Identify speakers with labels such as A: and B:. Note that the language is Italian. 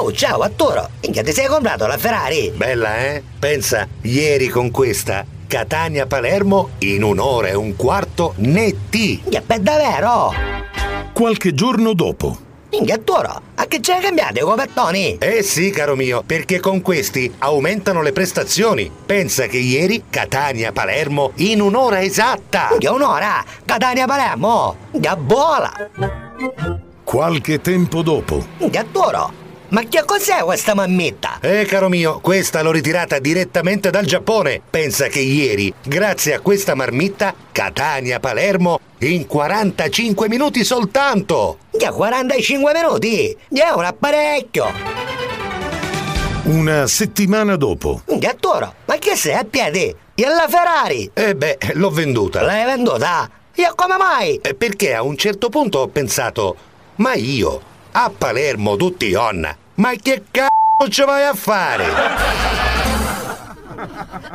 A: Oh, ciao, Arturo. Minchia, ti sei comprato la Ferrari?
B: Bella, eh? Pensa, ieri con questa Catania-Palermo in 1 ora e 1 quarto netti.
A: Minchia, per davvero?
C: Qualche giorno dopo.
A: Minchia, Arturo, a che ce ne cambiate i copertoni?
B: Eh sì, caro mio, perché con questi aumentano le prestazioni. Pensa che ieri Catania-Palermo in 1 ora esatta.
A: Minchia, 1 ora? Catania-Palermo? Minchia, vola!
C: Qualche tempo dopo.
A: Minchia, Arturo, ma che cos'è questa mammetta?
B: Caro mio, questa l'ho ritirata direttamente dal Giappone. Pensa che ieri, grazie a questa marmitta, Catania-Palermo in 45 minuti soltanto.
A: Minchia, 45 minuti? È un apparecchio!
C: Una settimana dopo.
A: Minchia, Arturo, ma che sei a piedi? E la Ferrari?
B: L'ho venduta.
A: L'hai venduta? E come mai?
B: Perché a un certo punto ho pensato, ma io, a Palermo tutti onna, ma che c***o ci vai a fare?